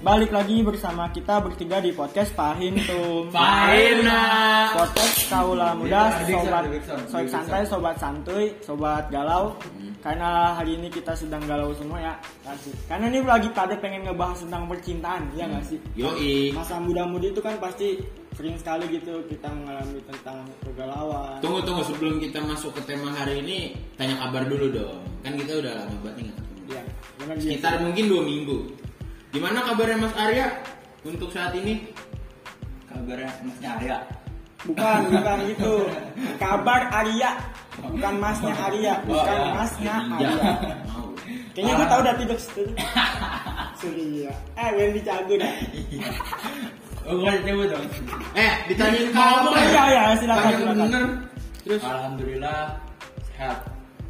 balik lagi bersama kita bertiga di podcast Pahintum. Pahina. Podcast kaula muda, sobat santai, sobat santuy, sobat galau. Karena hari ini kita sedang galau semua ya. Karena ini lagi pada pengen ngebahas tentang percintaan, ya nggak sih? Yoi. Masa muda-mudi itu kan pasti sering sekali gitu kita mengalami tentang kegalauan. Tunggu sebelum kita masuk ke tema hari ini, tanya kabar dulu dong. Kan kita udah lama banget nggak ketemu. Iya. Sekitar mungkin 2 minggu. Gimana kabarnya Mas Arya untuk saat ini? Kabarnya Masnya Arya. Bukan gitu. Kabar Arya, bukan Masnya Arya, bukan Masnya Arya. Kayaknya gue tau udah tidak setuju. Surya. Wendy Cagur. Oh, gue coba dong. Ditanyain kamu. Iya, silakan. Tanya bener. Terus Alhamdulillah sehat.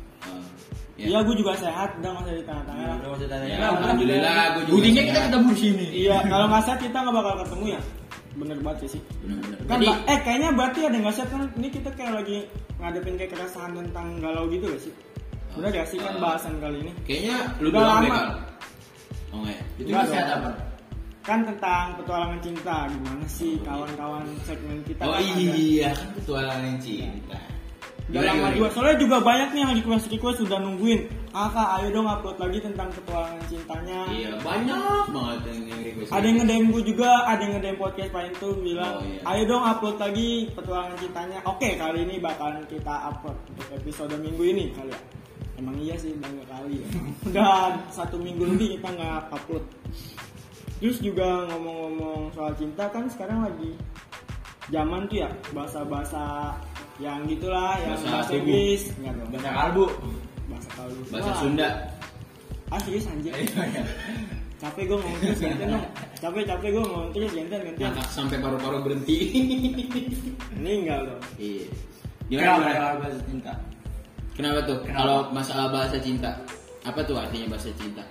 Iya, gue juga sehat, udah nggak usah ditanya-tanya. Udah usah tanya. Ya, alhamdulillah, gue juga. Buktinya sehat. kita ketemu di sini. Iya, kalau nggak sehat kita nggak bakal ketemu ya. Bener banget sih. Bener-bener. Kan Jadi, kayaknya berarti ada nggak sehat kan? Ini kita kayak lagi ngadepin kayak keresahan tentang galau gitu gak sih? Bener gak sih kan bahasan kali ini? kayaknya lu Udah doang lama. deh, Kal. Oh enggak ya? Itu Enggak sehat dong. apa? Kan tentang petualangan cinta, gimana sih kawan-kawan segmen kita? Oh kan ada. iya, kan petualangan cinta. Udah lama juga, soalnya juga banyak nih yang request sudah nungguin. Kakak, ayo dong upload lagi tentang petualangan cintanya. Iya, banyak banget yang request. Ada yang nge-DM gue juga, ada yang nge-DM podcast Pahin tuh bilang, Oh, iya. ayo dong upload lagi petualangan cintanya. Oke, kali ini bakalan kita upload untuk episode minggu ini kali ya. Emang iya sih, udah nggak kali ya. Udah 1 minggu lebih kita nggak upload. Terus juga ngomong-ngomong soal cinta kan sekarang lagi zaman tuh ya bahasa-bahasa yang gitulah, yang bahasa tubuh. Inggris, enggak dong. Bahasa kalbu. Bahasa kalbu. Bahasa Wah, Sunda. serius anjir. Capek gue ngomong terus gantian dong. Capek gue ngomong terus gantian. Ngakak sampai paru-paru berhenti. Meninggal dong. Iya. Kenapa Gimana? kalau bahasa cinta? Kenapa tuh? Kenapa? Kalau masalah bahasa cinta, apa tuh artinya bahasa cinta?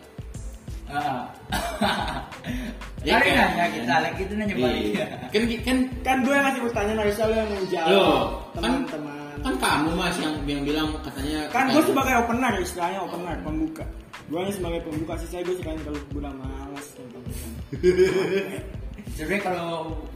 Ya, Kali kan? nanya kita lagi itu nanya balik. Iya. Kan Kan gue yang ngasih pertanyaan harusnya lo yang menjawab. Loh, Teman-teman. kan kamu Mas yang bilang katanya Kan gue sebagai opener, istilahnya opener, pembuka. Gue hanya sebagai pembuka sih, saya gue sekain kalau gue udah malas tentang Sebenarnya kalau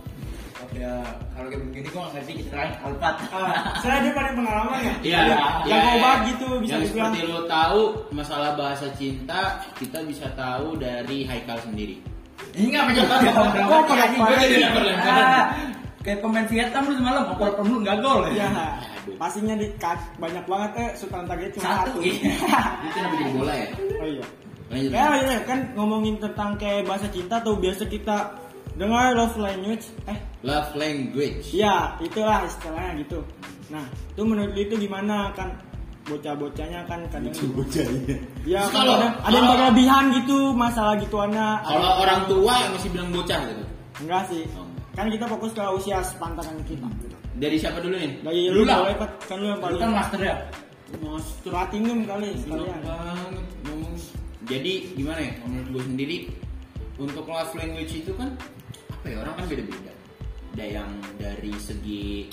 kayak begini gue nggak ngerti kita lain Alpat. Saya dia pada pengalaman ya. Iya, Jago banget gitu bisa yang dibilang. seperti lo tahu masalah bahasa cinta kita bisa tahu dari Haikal sendiri. Ini nggak banyak banget. Kok pada lempar-lemparan? Kayak pemain Vietnam lu semalam oper perlu nggak gol Iya, ya. pastinya di cut banyak banget sultan target cuma Satu, satu. iya. Itu namanya jadi bola ya. Oh iya. Lanjut. Ya, kan ngomongin tentang kayak bahasa cinta tuh biasa kita dengar love language. Love language. Iya, itulah istilahnya gitu. Nah, itu menurut lu itu gimana kan bocah-bocahnya kan kadang Bocahnya. ya Terus kan kalau- ada yang berlebihan gitu masalah gituannya. Kalau orang tua yang masih bilang bocah gitu. Enggak sih. Oh. Kan kita fokus ke usia sepantaran kita. Gitu. Dari siapa dulu nih? Dari Lu lu lah. boleh kan lu yang Lu paling kan master ya. platinum kali Gila sekalian. banget ngomong. Jadi gimana ya? Menurut gue sendiri untuk love language itu kan apa ya, orang kan beda-beda. Ada yang dari segi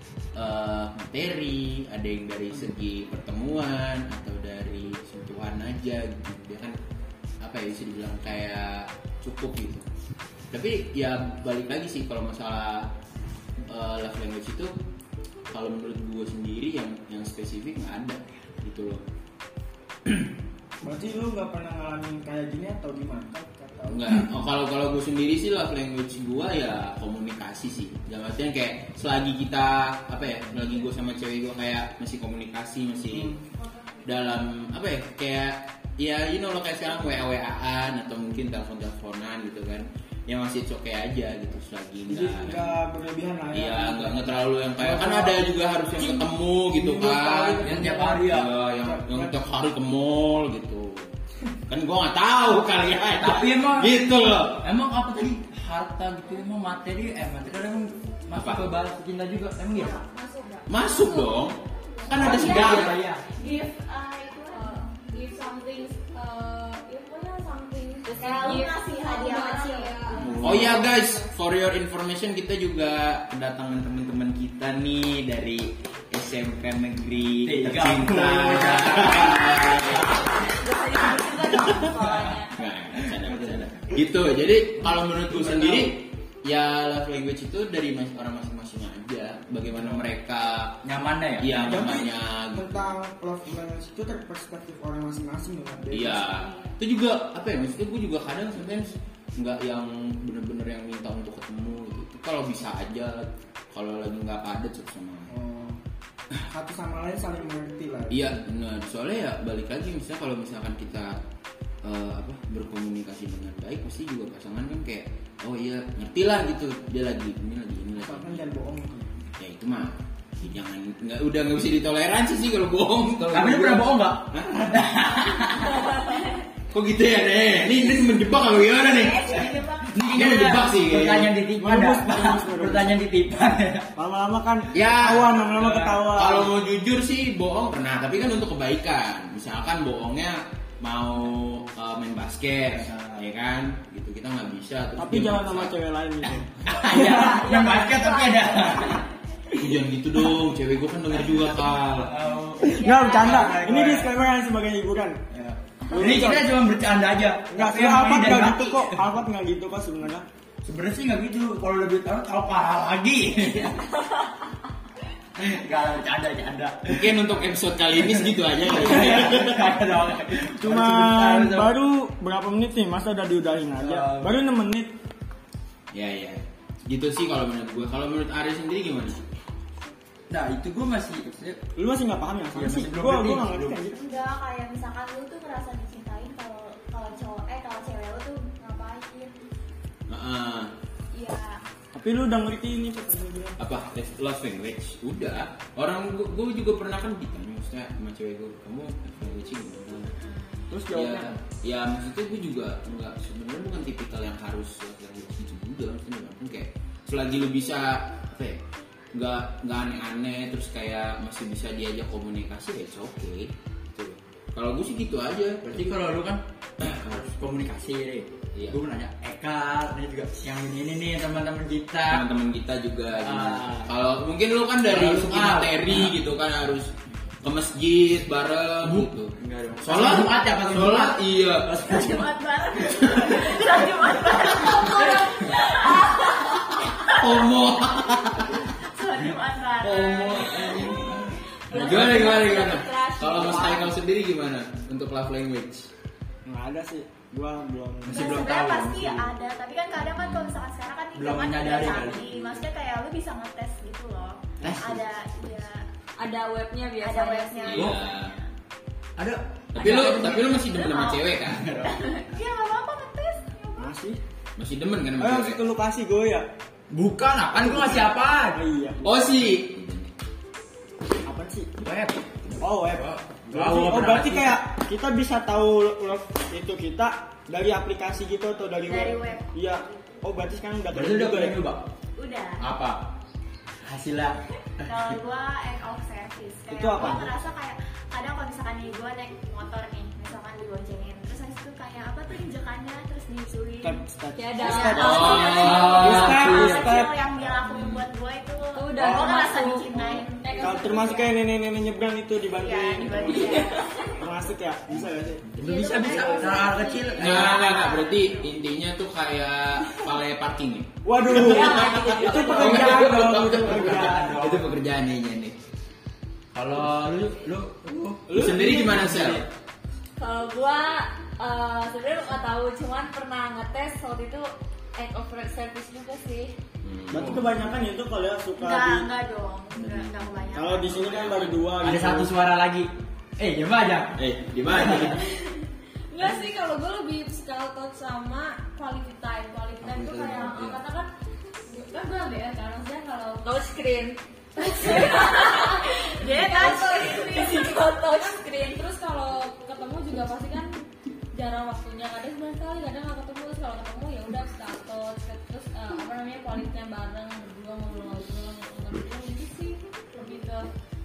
materi, ada yang dari segi pertemuan atau dari sentuhan aja gitu. Dia kan apa ya, bisa dibilang kayak cukup gitu. Tapi ya balik lagi sih kalau masalah love language itu, kalau menurut gue sendiri yang spesifik nggak ada gitu loh. Berarti lu nggak pernah ngalamin kayak gini atau gimana? Kan nggak tahu. Enggak. Kalau gue sendiri sih love language gue ya komunikasi sih. Dalam artian kayak selagi kita selagi gue sama cewek gue kayak masih komunikasi, masih dalam kayak ya lo kayak sekarang WA-WAan atau mungkin telepon-teleponan gitu kan. Ya masih oke aja gitu selagi Jadi nggak berlebihan lah ya. Iya, nggak terlalu yang kayak kan ada juga harus yang ketemu gitu Minggu kan, kali, yang tiap hari ya. yang tiap hari ke mall gitu. Kan gua nggak tahu kali ya. Tapi emang gitu loh. Emang apa tadi harta gitu emang materi emang masuk Apa? ke bahasa cinta juga emang ya? Masuk dong. Kan ada Oh, segala. iya. Give something, ya pokoknya something. Kayak lu ngasih hadiah kecil. Oh iya guys, for your information kita juga kedatangan teman-teman kita nih dari SMK Negeri tercinta. Juga dong soalnya. Nggak, bercanda. Gitu. Jadi kalau menurutku sendiri ya love language itu dari orang masing-masing aja. Bagaimana mereka Nyamannya ya? Iya, Jadi nyamannya gitu. tentang love language itu dari perspektif orang masing-masing dengan bebas. Iya. Itu juga apa ya? Maksudnya gue juga kadang sometimes nggak yang bener-bener yang minta untuk ketemu gitu. Kalau bisa aja. Kalau lagi nggak padat sama. Oh, satu sama lain saling mengerti lah. Iya, benar. Soalnya ya balik lagi misalnya kalau misalkan kita berkomunikasi dengan baik, pasti juga pasangan kan kayak oh iya ngerti lah gitu dia lagi ini lagi. Misalkan jangan bohong gitu. Ya itu mah jangan udah nggak bisa ditoleransi sih kalau bohong. Tapi lu pernah bohong nggak? Kok gitu ya deh? Ini menjebak kalau gimana nih? Ini menjebak sih. Pertanyaan titipan dah. Pertanyaan titipan. Lama-lama kan Ya, lama-lama ketawa. Kalau mau jujur sih bohong pernah, tapi kan untuk kebaikan. Misalkan bohongnya mau main basket, ya kan? Gitu kita nggak bisa. Terus Tapi dia jangan maksa. sama cewek lain gitu. Iya, yang basket tapi ada. Jangan gitu dong, cewek gue kan denger juga Kal. Nggak bercanda. Ini disclaimer yang sebagai hiburan. Ini kita cuma bercanda aja. Nggak, Tapi sebenarnya yang Alphard dari nggak hati. gitu kok. Alphard nggak gitu kok sebenarnya. Sebenarnya sih nggak gitu. Kalau lebih tahu kalau parah lagi. Gak bercanda. Mungkin untuk episode kali ini segitu aja ya. Cuma baru berapa menit nih? Masa udah diudahin aja? Baru 6 menit. Ya. Gitu sih kalau menurut gue. Kalau menurut Ari sendiri gimana? Nah itu gue masih Lu masih nggak paham ya? Sama Iya, sih. masih belum Gua ngerti. nggak ngerti kayak gitu. Enggak, kayak misalkan lu tuh ngerasa dicintain kalau cewek lu tuh ngapain? Heeh. Iya. Tapi lu udah ngerti ini Cok. Apa love language udah orang gue juga pernah kan ditanya maksudnya sama cewek gue kamu love language gimana Terus ya, jawabnya. ya maksudnya gue juga nggak sebenarnya bukan tipikal yang harus love language gitu juga maksudnya kan kayak selagi lu bisa apa ya nggak aneh-aneh terus kayak masih bisa diajak komunikasi ya it's okay gitu. Kalau gue sih gitu aja berarti kalau lu kan harus komunikasi deh. Iya. Gue nanya Eka, ini juga yang ini nih teman-teman kita. teman-teman kita juga gimana. Kalau mungkin lu kan dari Harus segi materi gitu kan harus ke masjid bareng gitu. Enggak dong. Sholat Jumat ya pas sholat iya. Jumat bareng. Jumat bareng. Homo. Jumat bareng. Gimana? Kalau Mas Haikal sendiri gimana untuk love language? Nggak ada sih. Gua belum. Masih belum Sebenarnya tahu. pasti ada, tapi kan kadang kan kalau misalkan sekarang kan Belum zaman menyadari udah kali. canggih. Maksudnya kayak lu bisa ngetes gitu loh. Tes? Ada ya Ada webnya biasanya. ada webnya. Iya. Ada. Tapi lu masih demen sama cewek kan? Iya nggak apa-apa ngetes. Masih. Masih demen kan sama Ayo cewek? situ lu kasih gue ya. Bukan, apaan gue ngasih apaan? Oh iya. Oh sih. Apa sih? Web. Oh web. Oh, Berarti kayak kita bisa tahu love itu kita dari aplikasi gitu atau dari Dari web? web. Iya. Oh berarti sekarang udah Berarti udah pernah nyoba? Udah. Apa? Hasilnya. Kalau gua act of service. Kayak Itu apa? gua ngerasa kayak kadang kalau misalkan nih gua naik motor nih, misalkan diboncengin, terus habis itu kayak apa tuh injekannya terus disuruhin. Step. Ya ada. Step. Step Step. kecil yang dia lakuin buat gua itu Udah gua ngerasa termasuk. dicintain. Kalau termasuk kayak nenek-nenek nyebrang itu dibantuin. Iya, dibantuin. Termasuk ya? Bisa gak sih? Bisa. Cara kecil. Nggak. Berarti intinya tuh kayak valet parking ya? Waduh. Itu pekerjaan dong. Itu pekerjaan. Itu pekerjaannya nih. Kalau lu Lu sendiri gimana Sel? Kalau gua sebenarnya nggak tahu, cuman pernah ngetes waktu itu act of service juga sih. Berarti kebanyakan itu kalau ya suka Enggak dong. Enggak kebanyakan. Kalau di sini kan baru 2 ada gitu. satu suara lagi. Diam aja. Gimana? Enggak sih, kalau gue lebih physical touch sama quality time. Quality time itu kayak katakan gue LDR kan, maksudnya kalau touch screen. Dia kan Physical touch screen. Terus kalau ketemu juga pasti kan jarang waktunya, kadang sebulan kali, kadang nggak ketemu. Terus kalau ketemu ya udah physical touch. Terus apa namanya quality time bareng berdua ngobrol-ngobrol gitu sih, lebih ke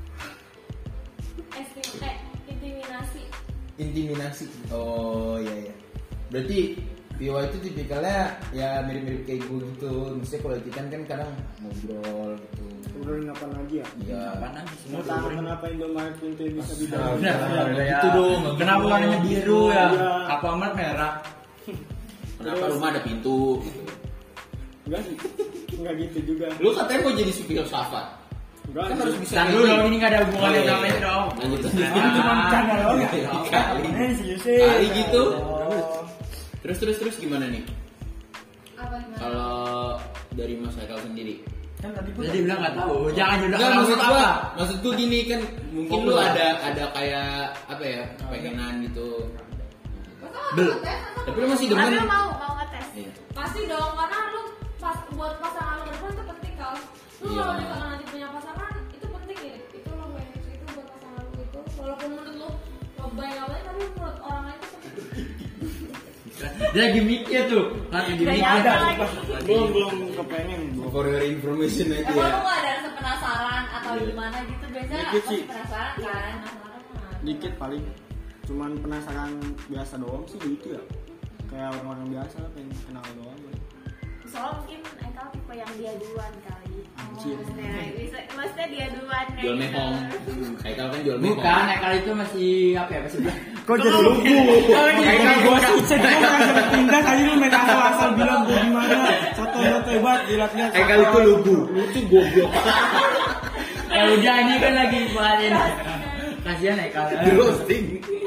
intimidasi. Oh iya. Berarti Piwa itu tipikalnya ya mirip-mirip kayak gue gitu. Misalnya kalau kita kan kadang ngobrol gitu. Ngobrolin apa lagi ya? Iya. Mau tahu kenapa Indomaret Pintu bisa bidang? Benar. Gitu dong. Kenapa warnanya biru ya? Iya. Apa amat merah? Kenapa rumah ada pintu gitu? Enggak sih. Enggak gitu juga. Lu katanya mau jadi filsafat. Enggak. Kan harus bisa. Dan dulu dong, ini nggak ada hubungannya sama itu dong. Lanjut. Ini cuma bercanda doang ya. Kali. Ini serius sih. Kali gitu. Oh. Terus gimana nih? Apa gimana? Kalau dari Mas Haikal sendiri? Kan tadi gua Jadi bilang nggak tahu. Jangan udah Enggak, apa. maksud gua gini kan mungkin lu ada kayak apa ya pengenan gitu. Tapi lu masih Tapi demen. lu mau ngetes? Iya. Pasti dong, karena lu pas buat pasangan lu ke depan itu penting kal. Lu Iya. kalau misalkan nanti punya pasangan itu penting ya. Itu lo manage itu buat pasangan lu itu. Walaupun menurut lu lebay ngapain, tapi menurut orang lain itu penting. Dia lagi mikir tuh. Lagi Gak mikir. nyangka ada. lagi. Belum kepengen. For your information aja Emang ya. lu gak ada rasa penasaran atau gimana gitu? Biasanya Dikit pasti sih. penasaran kan? Dikit paling. Cuman penasaran biasa doang sih gitu ya. Kayak orang-orang biasa lah pengen kenal doang. Soalnya mungkin Ekal tipe yang dia duluan kali. Anjir. Maksudnya dia duluan. Jual mehong. Haikal kan jual mehong. Bukan, kali itu masih apa ya? Masih Kok jadi lugu? Kayak gua sih cek gua langsung pindah tadi lu main asal bilang gua gimana. Soto hebat lihat-lihat. Haikal itu lugu. Lucu goblok. Ya udah, ini kan lagi bahasin. Kasihan ya kalau. Di roasting.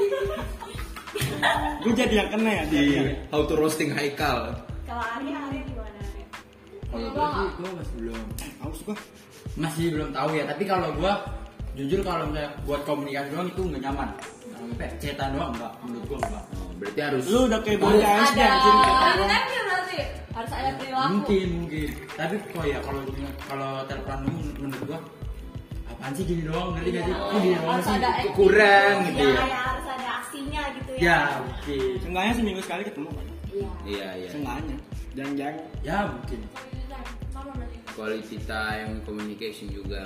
Gua jadi yang kena ya. Di how to roasting Haikal. Kalau Arya gimana? Arya? Kalau gue sih, gue masih belum. Aus gua. Masih belum tahu ya. Tapi kalau gue jujur kalau misalnya buat komunikasi doang itu nggak nyaman. Sampai cerita doang enggak, menurut gue enggak. Berarti harus Lu udah kayak bocah SD Ada anjing. kontennya berarti harus ada perilaku. Mungkin. Tapi kok ya kalau telepon menurut gue apaan sih gini doang, ngerti nggak sih? Kok gini doang Harus sih? ada kurang gitu ya. Ya harus ada aksinya gitu ya. Ya mungkin. Seenggaknya seminggu sekali ketemu kan. Iya. Iya. Seenggaknya. Jangan-jangan. Ya mungkin. Sama berarti. Quality time communication juga.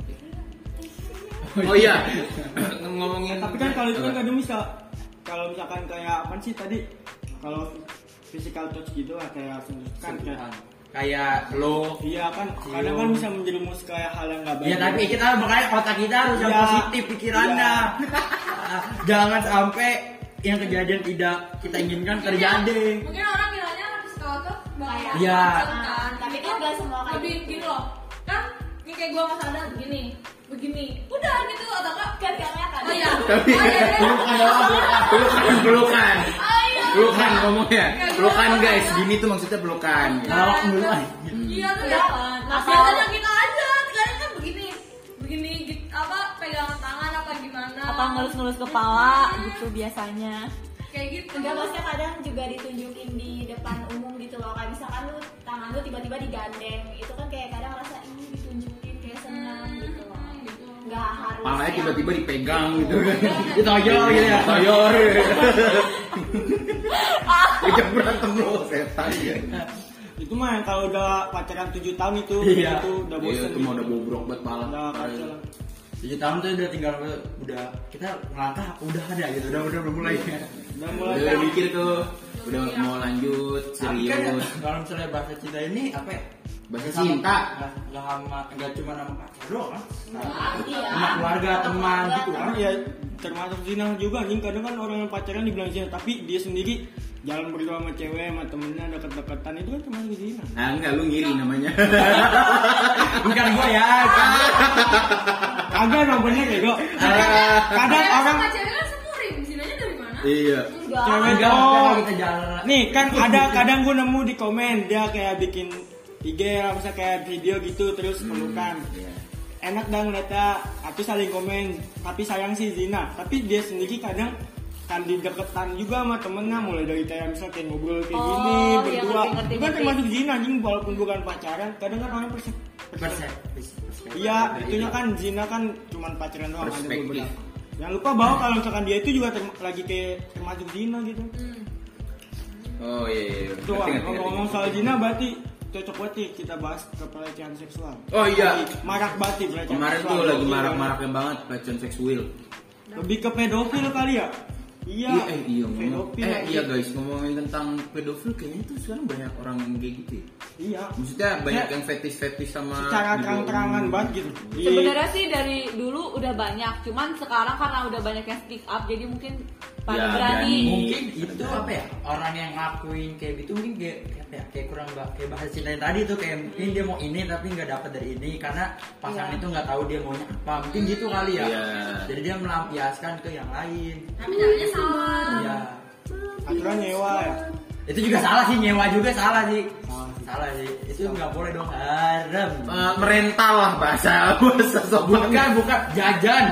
Oh iya. Ngomongin Tapi kan kalau itu kan kadang kalau misalkan kayak apa sih tadi kalau physical touch gitu lah kayak kan kayak Kayak lo. iya kan kadang kan bisa menjerumus kayak hal yang nggak baik. Ya tapi kita makanya otak kita harus yang Ya. positif pikirannya. Jangan sampai yang kejadian tidak kita inginkan terjadi. Mungkin orang bilangnya psikolog tuh bahaya. Iya. Kan, Tapi kan nggak semua kayak lebih gitu. gini loh. Kan ini kayak gua nggak sadar begini. Udah gitu atau enggak? Kan kelihatan. Oh iya. Tapi pelukan. Pelukan ngomongnya. Pelukan guys, gini tuh maksudnya pelukan. Kalau dulu Iya tuh Udah, ya. Nah, asal- biasanya kita aja. Sekarang kan begini gitu, apa pegangan tangan apa gimana? Apa ngelus-ngelus kepala gitu biasanya. Kayak gitu. Enggak, maksudnya kadang juga ditunjukin di depan umum gitu loh. Kayak misalkan lu tangan lu tiba-tiba digandeng, itu kan kayak kadang rasa ini ditunjukin kayak senang gitu loh. Gitu. Enggak harus. Palanya yang- tiba-tiba dipegang gitu kan. ditoyor gitu ya. Toyor. Ejak berantem lo setan ya. Itu mah yang kalau udah pacaran 7 tahun itu Iya. itu udah Iya, bosan. itu mau udah bobrok banget pala. Udah kacau lah. 7 tahun tuh udah tinggal udah kita melangkah udah ada gitu udah mulai. Udah mulai Udah mikir tuh, udah mau lanjut Tapi kan serius. kalau misalnya bahasa cinta ini apa ya? Bahasa Sama- cinta. nggak sama nggak cuma sama pacar doang kan? Iya. Sama keluarga, teman gitu kan? Kan ya termasuk zina juga nih. Kadang kan orang yang pacaran dibilang zina tapi dia sendiri jalan berdua sama cewek sama temennya deket-deketan itu kan termasuk zina. Nah enggak, lu ngiri namanya. Bukan gua ya. Kagak emang bener ya kok. Kadang Cewek orang sama cewek kan semurim. Zinanya dari mana? Iya. Enggak. cewek Enggak, oh, kita jalan. nih kan ada kadang gue nemu di komen dia kayak bikin IG lah misalnya kayak video gitu terus pelukan. Iya. Enak dah ngeliatnya atau saling komen tapi sayang sih zina tapi dia sendiri kadang kan di deketan juga sama temennya mulai dari kayak misalnya kayak ngobrol kayak Oh, gini iya, berdua ngerti, itu kan ngerti. termasuk zina anjing walaupun bukan pacaran kadang kan orang iya itunya kan zina kan cuman pacaran doang ada Perspektif. beberapa jangan lupa bahwa kalau misalkan dia itu juga lagi kayak termasuk zina gitu Oh iya. tuh ngomong-ngomong soal zina berarti cocok banget nih kita bahas ke pelecehan seksual. Oh iya. Marak banget nih pelecehan Kemarin seksual. tuh lagi Gokil marak-maraknya banget pelecehan seksual. banget. Lebih ke pedofil kali ya? Iya. Iya ngomong. Pedofil. Iya guys, ngomongin tentang pedofil kayaknya tuh sekarang banyak orang yang kayak gitu ya. Iya. Maksudnya banyak Ya, yang fetis-fetis sama secara di bawah terang-terangan umur. banget gitu. Di- Sebenarnya sih dari dulu udah banyak, cuman sekarang karena udah banyak yang speak up, jadi mungkin pada Ya, berani. Mungkin itu itu apa ya, orang yang ngakuin kayak gitu mungkin kayak apa ya, kayak kurang kayak bahasa cinta yang tadi tuh, kayak mungkin dia mau ini tapi nggak dapat dari ini karena pasangan itu nggak tahu dia maunya apa, mungkin gitu kali ya. Iya. Jadi dia melampiaskan ke yang lain. Tapi caranya salah. Iya. Aturan nyewa ya. Itu juga salah sih, nyewa juga salah sih. Salah sih. Salah sih. Itu nggak boleh dong, haram. Merental lah bahasa sobat. Bukan jajan.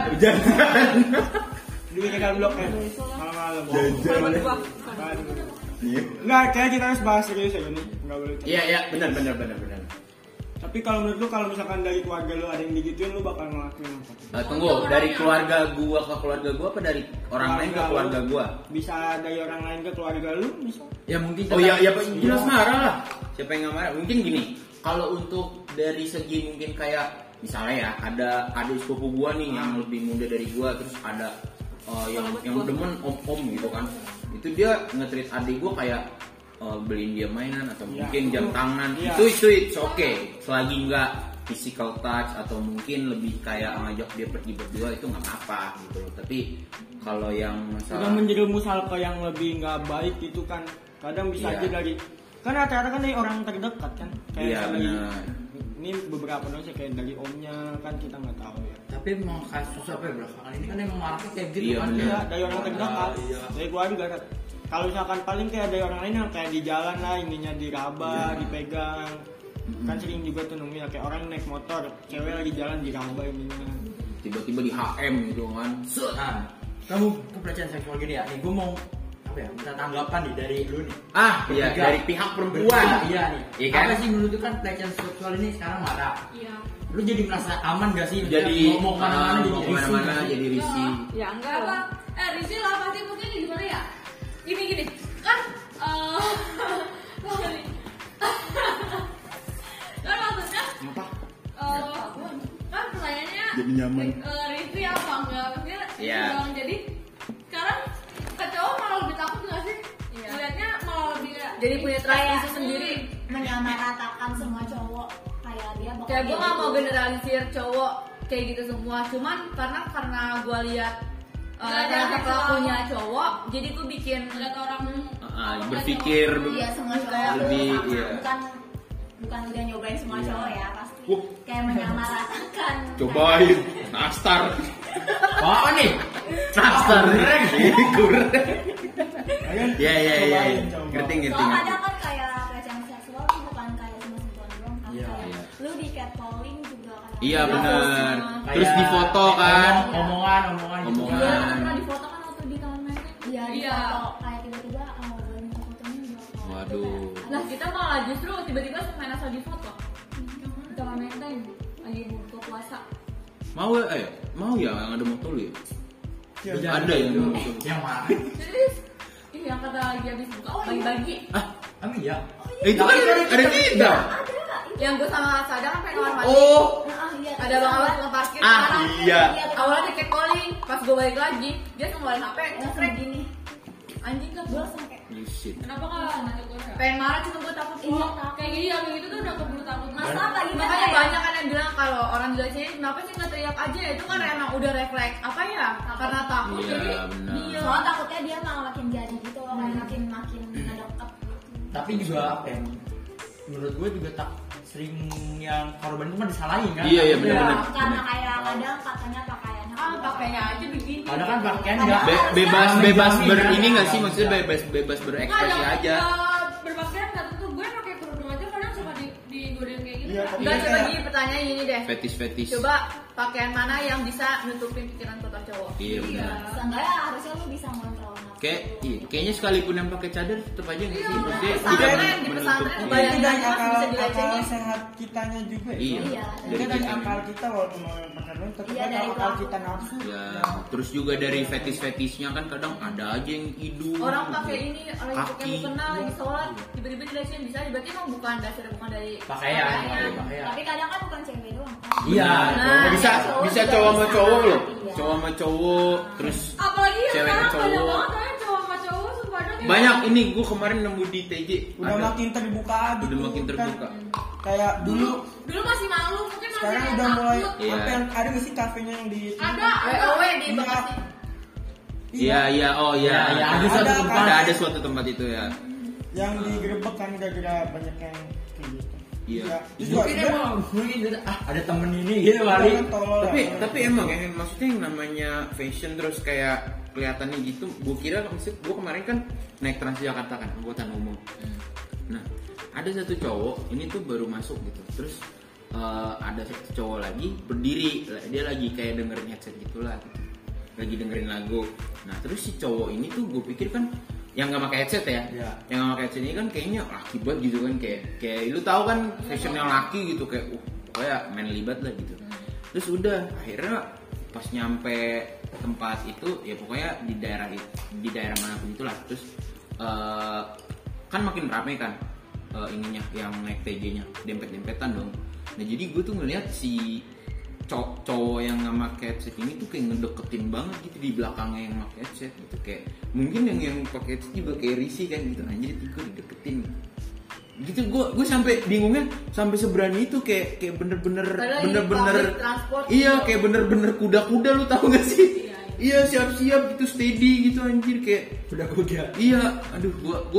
Di Mega Blok ya. Malam-malam. Temen gua. Enggak, kayak kita harus bahas serius ya ini. Enggak boleh. Iya, benar. Tapi kalau menurut lu kalau misalkan dari keluarga lu ada yang digituin lu bakal ngelakuin apa? Tunggu, dari keluarga gua ke keluarga gua apa dari orang lain ke keluarga gua? Bisa dari orang lain ke keluarga lu bisa. Ya mungkin. Oh iya, jelas marah lah. Siapa yang nggak marah? Mungkin gini, kalau untuk dari segi mungkin kayak misalnya ya ada adik sepupu gua nih yang lebih muda dari gua, terus ada yang demen om gitu kan. Itu dia nge-treat adik gua kayak beliin dia mainan atau Iya. mungkin jam tangan. Iya. Itu it's okay. Selagi nggak physical touch atau mungkin lebih kayak ngajak dia pergi berdua itu nggak apa gitu loh. Tapi kalau yang Udah masalah menjerumus hal ke yang lebih nggak baik itu kan kadang bisa Iya. aja dari kan rata-rata kan dari orang terdekat kan kayak Iya, dari benar. ini beberapa doang sih kayak dari omnya kan kita nggak tahu ya. Tapi emang kasus apa ya belakangan ini kan emang marahnya kayak gitu Iya, kan. bener. Iya, dari orang terdekat. Iya. Dari gua juga kan. Kalau misalkan paling kayak dari orang lain yang kayak di jalan lah ininya diraba, dipegang. Kan sering juga tuh nemuin kayak orang naik motor, cewek lagi jalan diraba ininya. tiba-tiba di HM gitu kan. Set. Nah, kamu pelecehan seksual gini ya. Nih gue mau apa ya? Minta tanggapan nih dari lu nih. Ah, iya Bertiga. dari pihak perempuan. Iya nih. Iya kan? Apa sih menurut lu kan pelecehan seksual ini sekarang marah? Iya. Lu jadi merasa aman gak sih? Jadi mau kemana-mana jadi mau risih kemana-mana gak sih? jadi risih. Ya enggak Apa? lah. Rizky lah pasti mungkin gimana ya? Gini kan gini. Kan maksudnya Apa? kan pertanyaannya Jadi nyaman. Rizky apa enggak? Maksudnya Iya. bilang, jadi sekarang ke cowok malah lebih takut nggak sih? Iya. Melihatnya malah lebih Jadi punya trust Kayak issue sendiri. menyamaratakan semua cowok kayak dia bakal Kayak gue kayak gak mau gitu. generalisir cowok kayak gitu semua. Cuman karena gue lihat Nggak ada ternyata cowok. pelakunya cowok, jadi gue bikin ngeliat orang Berpikir Iya semua cowok lebih, tuh sama. iya. Bukan udah nyobain semua cowok ya pasti. Wah. Kayak menyamaratakan. cobain nastar. Oh nih. Nastar. Kurang. Ayo, Iya. cobain, coba. Ngerti. Soalnya kadang kan kayak pelecehan seksual tuh bukan kayak cuma sentuhan doang kan. Iya, Kayak iya. lu di catcalling juga kan. Iya Ada benar. posting. Terus difoto kan. Omongan gitu Omongan. Iya, kan. pernah difoto kan waktu di taman menteng. Iya, di Iya. foto kayak tiba-tiba boleh minta fotonya juga. Waduh. Nah kita malah justru tiba-tiba main asal di foto. Kita menteng lagi buka puasa. Mau ya yang ada motor lu ya? Iya. Ada yang Itu. gitu. Yang mana? Serius? Ini yang kata lagi habis buka bagi-bagi. Amin ya. Itu kan ada kita. Yang gue sama Sada kan pengen kamar mandi. Oh. Nah, iya. Ada bang Awas tukang parkir. Ah, sekarang. iya. Awalnya di catcalling, pas gue balik lagi dia ngeluarin HP, Langsung nge-crack gini. anjing kan Gue gue langsung kayak You shit. kenapa kalau ngajak gue ya? pengen marah cuma gue takut iya kok. takut. Kayak gini yang gitu tuh udah keburu takut Masa apa gimana Makanya ya? banyak kan yang bilang kalau orang jelas ini kenapa sih nggak teriak aja, itu kan emang udah refleks apa ya, karena takut Iya, jadi benar. dia Soalnya takutnya dia malah makin jadi gitu loh, kayak makin ngedekat. Tapi juga apa ya? Menurut gue juga tak sering yang korban itu mah disalahin kan? Iya, Iya, benar. karena kayak kadang katanya pakaiannya pakainya aja begini. Kadang kan pakaian Ada- nggak Bebas menjamin, ini kan? nggak sih, maksudnya bebas berekspresi aja. Berpakaian nggak tentu, gue pakai kerudung aja kadang suka digodain kayak gitu. Iya, kan. Enggak, Iya, coba kayak- gini pertanyaan ini deh. Fetis. Coba pakaian mana yang bisa nutupin pikiran kotor cowok? Iya benar. Seenggaknya harusnya lu bisa ngontrol nafsu. Kayaknya sekalipun yang pakai cadar tetap aja nggak sih, maksudnya pesantren, tidak di pesantren, menutup. bayangin Itu dari aja masih bisa akal dilecengin. sehat kitanya juga ya. Iya. Iya. Itu Dari dari kita. akal kita walaupun mau yang pakai doang, tapi Iya, kan dari akal pelaku. kita nafsu. Ya, terus juga dari fetis-fetisnya kan kadang ada aja yang hidung. Orang pakai ini, orang yang Kaki. mau kenal lagi sholat, tiba-tiba dilecengin bisa, berarti emang bukan dasarnya bukan dari Pakaian. Pakaian. Tapi kadang kan bukan cewek doang kan. Iya. Nah, bisa cowok bisa juga cowok sama bisa. cowok loh. Iya. Cowok sama cowok, terus Apalagi yang Cewek sekarang ke banyak cowok. banget kan cowok sama cowok sumpah dong. banyak ini gue kemarin nemu di TJ. Udah ada. makin terbuka gitu. Udah makin kan. terbuka. Kayak dulu, Dulu masih malu, mungkin masih sekarang kayak udah mulai takut. Iya. apa yang ada nggak sih kafenya yang di Ada. WOW di Iya. Bekasi. Iya, oh iya. Iya, ada suatu tempat. Ada suatu tempat itu ya. Yang digerebek kan gara-gara banyak yang kayak gitu. Iya. Mungkin emang ada temen ini gitu kali. Tapi emang ya, maksudnya yang namanya fashion terus kayak kelihatannya gitu. Gue kira, gue kemarin kan naik Transjakarta kan, angkutan umum. Nah, ada satu cowok ini tuh baru masuk gitu. Terus ada satu cowok lagi berdiri, dia lagi kayak dengerin headset gitulah, gitu. Lagi dengerin lagu. Nah, terus si cowok ini tuh gue pikir kan yang nggak pakai headset ya, yang nggak pakai headset ini kan kayaknya laki banget gitu kan, kayak lu tahu kan fashionnya laki gitu, kayak kayak manly banget lah gitu. Terus udah akhirnya pas nyampe tempat itu ya pokoknya di daerah mana pun itulah. Terus kan makin rame kan ininya yang naik TJ-nya dempet-dempetan dong. Nah jadi gue tuh ngeliat si cowok yang nggak pakai headset ini tuh kayak ngedeketin banget gitu di belakangnya yang pakai headset gitu, kayak mungkin yang pakai headset juga kayak risih kan gitu, anjir gue dideketin gitu. Gue sampai bingungnya sampai seberani itu, kayak bener-bener iya gitu. kayak bener-bener kuda-kuda, lu tahu gak sih? Iya siap-siap gitu, steady gitu anjir, kayak Kuda-kuda. iya. Aduh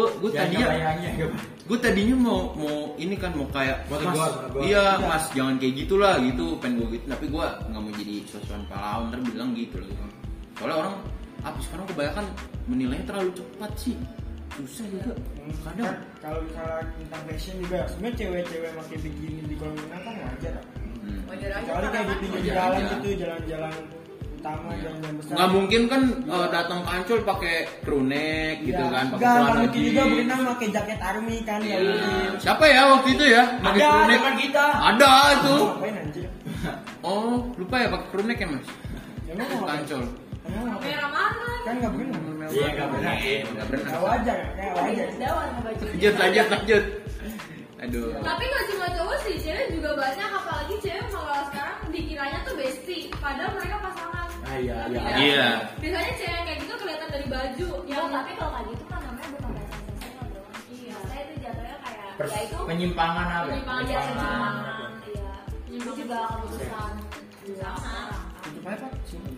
gue tadinya mau ini kan mau kayak mas, iya mas jangan kayak gitulah gitu, pengen gue gitu, tapi gue nggak mau jadi sosokan pahlawan ntar bilang gitu loh. Soalnya orang sekarang kebanyakan menilainya terlalu cepat sih, susah juga kadang. Kalau misalnya tentang fashion juga sebenarnya cewek-cewek pakai begini di kolam renang kan wajar. Wajar aja. Soalnya kayak di pinggir jalan gitu, jalan-jalan utama, jalan-jalan besar. Nggak mungkin kan datang ke Ancol pakai crew neck gitu kan, pakai Nggak celana mungkin juga jeans. berenang pakai jaket army kan, nggak Iya. mungkin. Siapa ya waktu itu ya pakai crew neck? Depan kita. Ada itu. Ngapain anjir? Oh lupa ya pakai crew neck ya mas? Emang Ke mau Ancol. Emang mau Merah mana? kan nggak berenang. Iya nggak benar. Nggak berenang. Nggak wajar, kayak wajar. Dawan sama baju. Lanjut. Aduh. Tapi nggak cuma cowok sih, cewek juga banyak, apalagi cewek kalau sekarang dikiranya tuh bestie, padahal mereka pasangan. Iya. Biasanya cewek kayak gitu kelihatan dari baju. Ya, tapi kalau kayak gitu kan namanya bukan pacaran seksual dong. Iya, saya itu jatuhnya kayak ya itu Penyimpangan apa? penyimpangan ya, penyimpangan. Iya. Itu juga keputusan sama. Tutup aja Pak. Sini.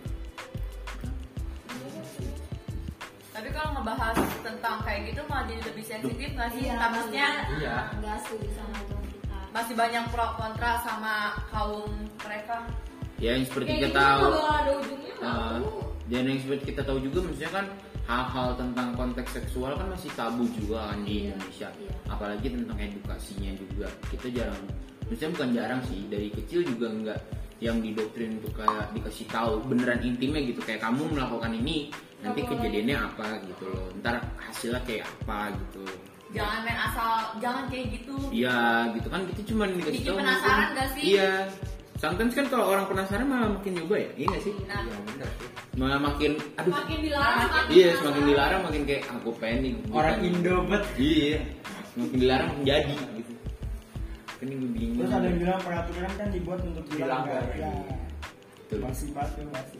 Tapi kalau ngebahas tentang kayak gitu malah jadi lebih sensitif nggak sih? Maksudnya Iya. Nggak setuju sama itu kita. masih banyak pro kontra sama kaum mereka. Ya yang seperti Kayak kita gitu kan tahu. nggak bakal ada ujungnya nggak tahu. Dan yang seperti kita tahu juga maksudnya kan hal-hal tentang konteks seksual kan masih tabu juga kan di Indonesia. Apalagi tentang edukasinya juga. Kita jarang, maksudnya bukan jarang sih, dari kecil juga enggak yang didoktrin untuk kayak dikasih tahu beneran intimnya gitu, kayak kamu melakukan ini nanti kejadiannya apa gitu loh, ntar hasilnya kayak apa gitu. Jangan main asal, jangan kayak gitu. Iya gitu kan, kita cuma dikasih Bikin tahu. penasaran gak sih? Iya. Sometimes kan kalau orang penasaran malah makin nyoba ya, iya nggak sih? Nah, Malah makin, aduh. Makin dilarang, Iya, semakin dilarang makin kayak aku pengen nih. Orang Indo bet. Iya. Semakin dilarang menjadi gitu. Kan ini gue bingung. Terus ada yang bilang peraturan kan dibuat untuk dilanggar. Ya. Betul. Masih batu masih.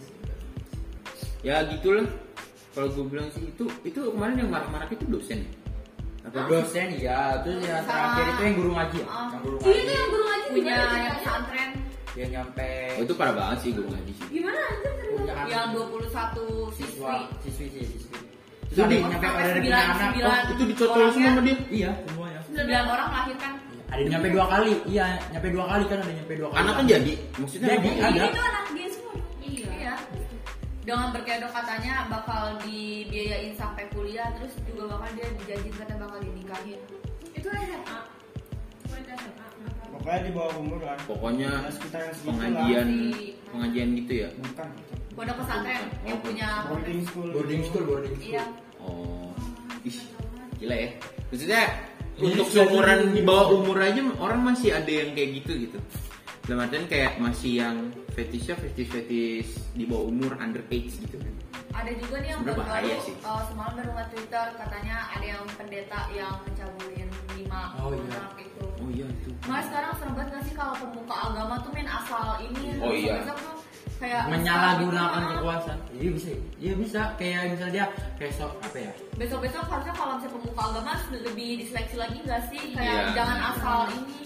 Ya gitulah. Kalau gue bilang sih itu kemarin yang marah-marah itu dosen. Apa Dosen ya, terus yang terakhir itu yang guru ngaji ya? Yang guru Iya itu yang guru ngaji punya gimana yang ceritanya? pesantren Yang nyampe Oh, itu parah banget sih gue ngaji sih. Gimana anjir ceritanya? punya anak. yang 21 siswa siswi. siswi. Itu Terus ada di- yang nyampe sampai ada yang punya anak. 9 Oh, Itu dicotol semua sama dia. iya semuanya. 9 orang melahirkan. Ada yang nyampe 2 kali. Iya, nyampe 2 kali kan, ada yang nyampe 2 kali. Anak kan jadi, maksudnya Jadi, apa? ada. Itu anak dia semua. Iya. Dengan berkedok katanya bakal dibiayain sampai kuliah, terus juga bakal dia dijanjin katanya bakal dinikahin. Itu SMA. Bukan SMA. Pokoknya di bawah umur lah. Pokoknya Ya, sekitar yang segitu pengajian lah. pengajian gitu ya. Bukan. Pondok pesantren yang punya Boarding school. boarding school. Iya. Oh. Ih, gila ya. Maksudnya Iya, untuk iya, seumuran iya. di bawah umur aja orang masih ada yang kayak gitu. Dalam artian kayak masih yang fetish di bawah umur, underage gitu kan. Ada juga nih yang Sebenarnya bahaya baru sih. semalam baru nge Twitter katanya ada yang pendeta yang mencabulin 5 Oh, iya. anak itu. Oh iya itu. Nah sekarang serem banget gak sih kalau pemuka agama tuh main asal ini Oh, iya. besok tuh kayak Menyalahgunakan asal gitu. kekuasaan. Iya bisa. Iya bisa. Kayak misalnya dia besok apa ya? Besok-besok harusnya kalau misalnya pemuka agama lebih diseleksi lagi gak sih? Kayak Iya. jangan asal ini.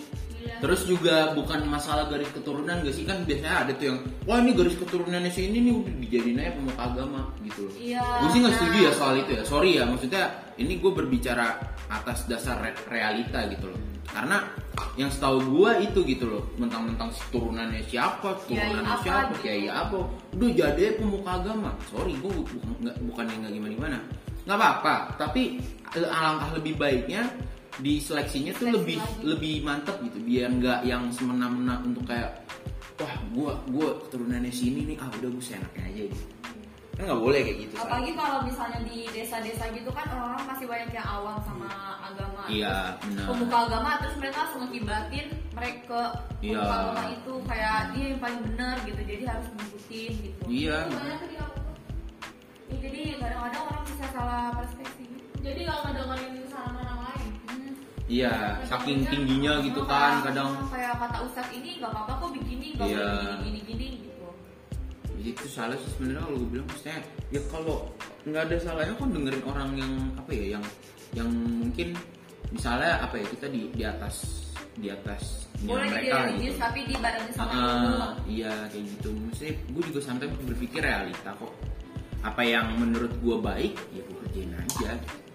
Terus juga bukan masalah garis keturunan gak sih, kan biasanya ada tuh yang wah ini garis keturunannya si ini nih udah dijadiin aja pemuka agama gitu loh. Iya, Gue sih nggak nah. setuju ya soal itu ya. Sorry ya, maksudnya ini gue berbicara atas dasar realita gitu loh. Karena yang setahu gue itu gitu loh, mentang-mentang si turunannya siapa, turunannya apa siapa, gitu. kiai apa, udah jadi pemuka agama. Sorry, gue bukan yang nggak gimana-gimana. Nggak apa-apa, tapi alangkah lebih baiknya di seleksinya tuh lebih mantep gitu, biar nggak yang semena-mena untuk kayak wah gue keturunannya sini nih, udah gue seenaknya aja gitu. Kan nggak boleh kayak gitu. Apalagi kalau misalnya di desa-desa gitu kan orang-orang masih banyak yang awam sama agama. Iya, benar. Pemuka agama terus mereka langsung ngekibatin mereka Iya. pemuka agama itu kayak dia yang paling benar gitu, jadi harus ngikutin gitu. Iya. Ya, jadi kadang-kadang orang bisa salah perspektif. Jadi kalau ngedengerin saran orang lain. Iya, saking tingginya gitu kan kadang. Kayak kata ustadz ini nggak apa-apa kok begini, nggak Iya. boleh gini gitu. Itu salah sih sebenarnya kalau gue bilang, maksudnya ya kalau nggak ada salahnya kan dengerin orang yang apa ya, yang mungkin misalnya apa ya, kita di atas Boleh jadi mereka religius gitu. tapi dibarengin sama ilmu. Iya kayak gitu. Maksudnya gue juga santai berpikir realita kok. Apa yang menurut gue baik ya gue kerjain aja.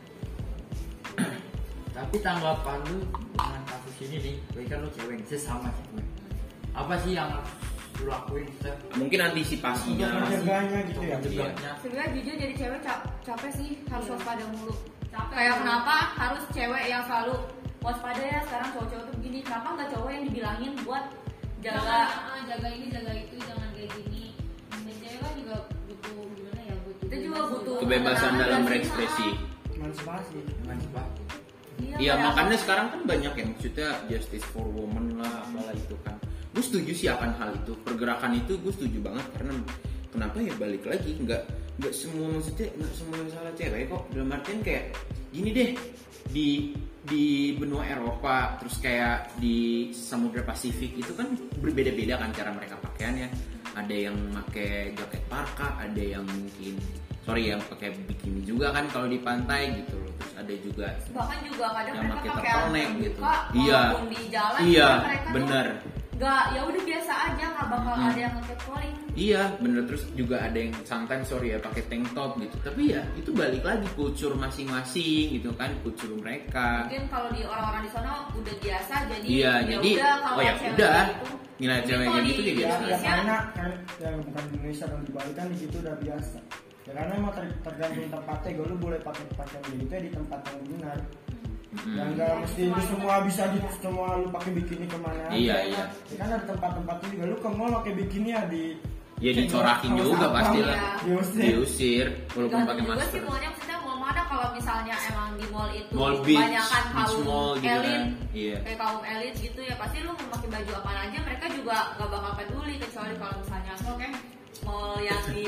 Tapi tanggapan lu dengan kasus ini nih, baik kan lu cewek, sesama cewek. Apa sih yang harus lu lakuin? Step? Mungkin antisipasinya Untuk mencegahnya gitu ya. Mencegahnya. Sebenarnya jujur jadi cewek capek sih, harus waspada mulu. Capek. Kayak kenapa harus cewek yang selalu waspada ya, sekarang cowok-cowok tuh begini, kenapa nggak cowok yang dibilangin buat jaga jaga ini jaga itu, jangan kayak gini. Dan cewek kan juga butuh gimana ya, butuh Itu juga butuh kebebasan ketenangan dalam dan berekspresi. Emansipasi. Emansipasi. Iya, kayak makanya sekarang kan banyak yang maksudnya justice for women lah, apalah itu kan. Gue setuju sih akan hal itu, pergerakan itu gue setuju banget, karena kenapa ya balik lagi, nggak semua, maksudnya nggak semua salah cewek kok. Dalam artian kayak gini deh, di benua Eropa, terus kayak di Samudra Pasifik itu kan berbeda-beda kan cara mereka pakaiannya. Ada yang pakai jaket parka, ada yang mungkin yang pakai bikini juga kan kalau di pantai gitu loh. Terus ada juga bahkan juga kadang yang mereka pakai pakai turtleneck alasan gitu. buka Iya. maupun di jalan Iya, juga mereka tuh bener. nggak, ya udah biasa aja, nggak bakal ada yang nge-catcalling. Iya bener, terus juga ada yang sometimes ya pakai tank top gitu, tapi ya itu balik lagi kultur masing-masing gitu kan, kultur mereka. Mungkin kalau di orang-orang di sana udah biasa, jadi Iya, ya jadi udah kalau ya cewek udah gitu, nilai mungkin cewek kalau kayak gitu di dia biasa. Ya Indonesia, karena kan yang bukan di Indonesia dan di Bali kan di situ udah biasa. Ya karena emang tergantung tempatnya, gue lu boleh pakai pakaian gitu ya di tempat yang benar. Yang enggak mesti lu semua bisa gitu, semua lu pakai bikini kemana Iya, aja. iya. Ya kan ada tempat-tempatnya juga, lu ke mall pakai bikini ya Ya dicorakin juga pasti lah, diusir walaupun gantung pakai juga masker. sih maunya, maksudnya mau mana kalau misalnya emang di mall itu Mall beach, kebanyakan beach kaum mall gitu elit, kan. Iya. kayak kaum elit gitu ya, pasti lu mau pakai baju apa aja mereka juga gak bakal peduli, kecuali kalau misalnya oke mall yang di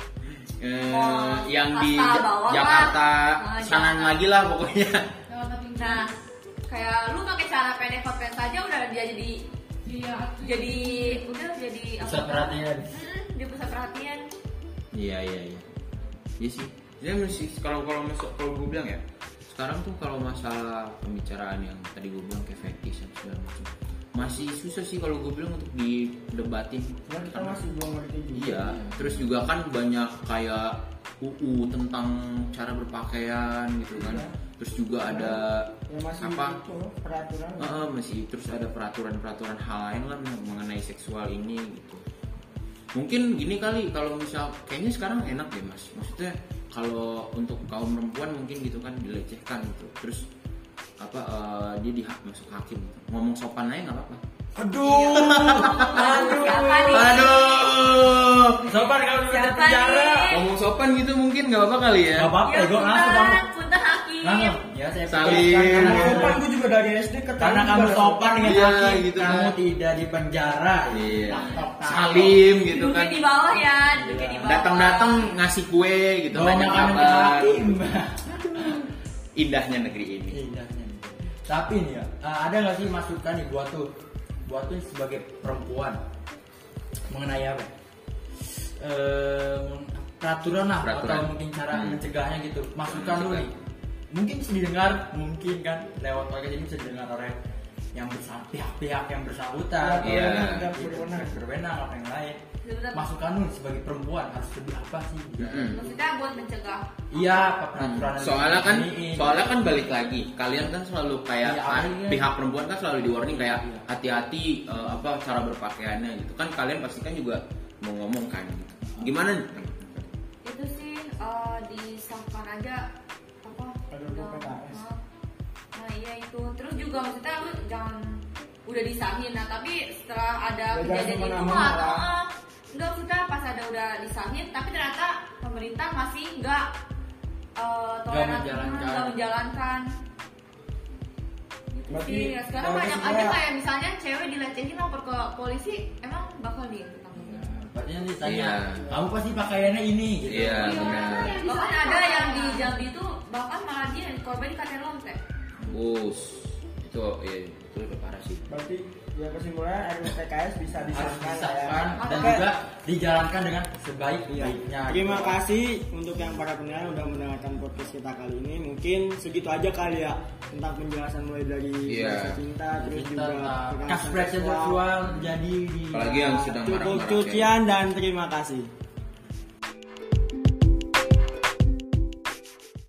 Yang di kasta bawah Jakarta lah. sanan Jakarta. lagi lah pokoknya. Nah, kayak lu pakai celana pendek hotpants saja udah dia jadi Pusat perhatian. dia pusat perhatian. Iya. Iya sih. Dia masih kalau gue bilang ya, sekarang tuh kalau masalah pembicaraan yang tadi gue bilang kayak fetish dan segala macam, masih susah sih kalau gue bilang untuk didebatin. Karena kita masih belum ngerti juga. Iya, terus juga kan banyak kayak UU tentang cara berpakaian gitu kan. Iya. Terus juga ada Ya masih apa? itu peraturan. Masih terus ada peraturan hal lain lah mengenai seksual ini gitu. Mungkin gini kali, kalau misal kayaknya sekarang enak deh mas, maksudnya kalau untuk kaum perempuan mungkin gitu kan dilecehkan gitu, terus apa dia masuk hakim gitu. Ngomong sopan aja nggak apa-apa. Aduh. Siapa nih? Aduh, Sopan kalau di Siapa penjara. nih? ngomong sopan gitu mungkin nggak apa-apa kali ya. Gak apa-apa, Ya gue ngasih kamu. punten hakim. Ya saya Salim. pikirkan, Karena sopan gue juga dari SD ketemu. karena kamu sopan dengan Iya, hakim, gitu kamu kan. tidak di penjara. Iya. Tok. Salim gitu Duduknya kan. di bawah ya, duduknya di bawah. Datang-datang ngasih kue gitu, Bawa banyak makanan ke kabar. hakim. Indahnya negeri ini. Indahnya. Tapi nih ya, ada nggak sih masukan nih buat tuh sebagai perempuan mengenai apa? Peraturan lah, Peraturan. atau mungkin cara mencegahnya gitu. Masukan lu Mencegah. nih, mungkin bisa didengar, mungkin kan lewat podcast ini bisa didengar oleh pihak-pihak yang bersangkutan. Iya. Berwenang apa yang lain. Masukan lu sebagai perempuan harus lebih apa sih? Maksudnya buat mencegah. Iya, peraturan. Soalnya kan balik lagi, kalian kan selalu kayak pihak perempuan kan selalu di warning kayak hati-hati apa cara berpakaiannya gitu. Kan kalian pasti kan juga mau ngomong kan gitu. Gimana? Itu sih disahkan aja apa? Nah iya itu. Terus juga maksudnya lu jangan udah disahin. Nah tapi setelah ada kejadian itu enggak, maksudnya pas ada udah disahin tapi ternyata pemerintah masih enggak menjalankan. Gitu sih. Ya, sekarang banyak aja kayak misalnya cewek dilecehin lapor ke polisi, emang bakal ditanggung. Berarti nanti tanya, kamu pasti pakaiannya ini gitu. Iya, benar. Bahkan ada yang di Jambi itu bahkan malah dia korban dikatain lontek. Itu udah parah sih. Berarti ya kesimpulannya RUU PKS bisa Harus disahkan disahkan dan juga dijalankan dengan sebaik-baiknya. Terima kasih untuk yang para pendengar udah mendengarkan podcast kita kali ini. Mungkin segitu aja kali ya tentang penjelasan mulai dari bahasa cinta terus juga kasus pelecehan seksual jadi di Apalagi yang sedang cukup marak-marak cucian dan terima kasih.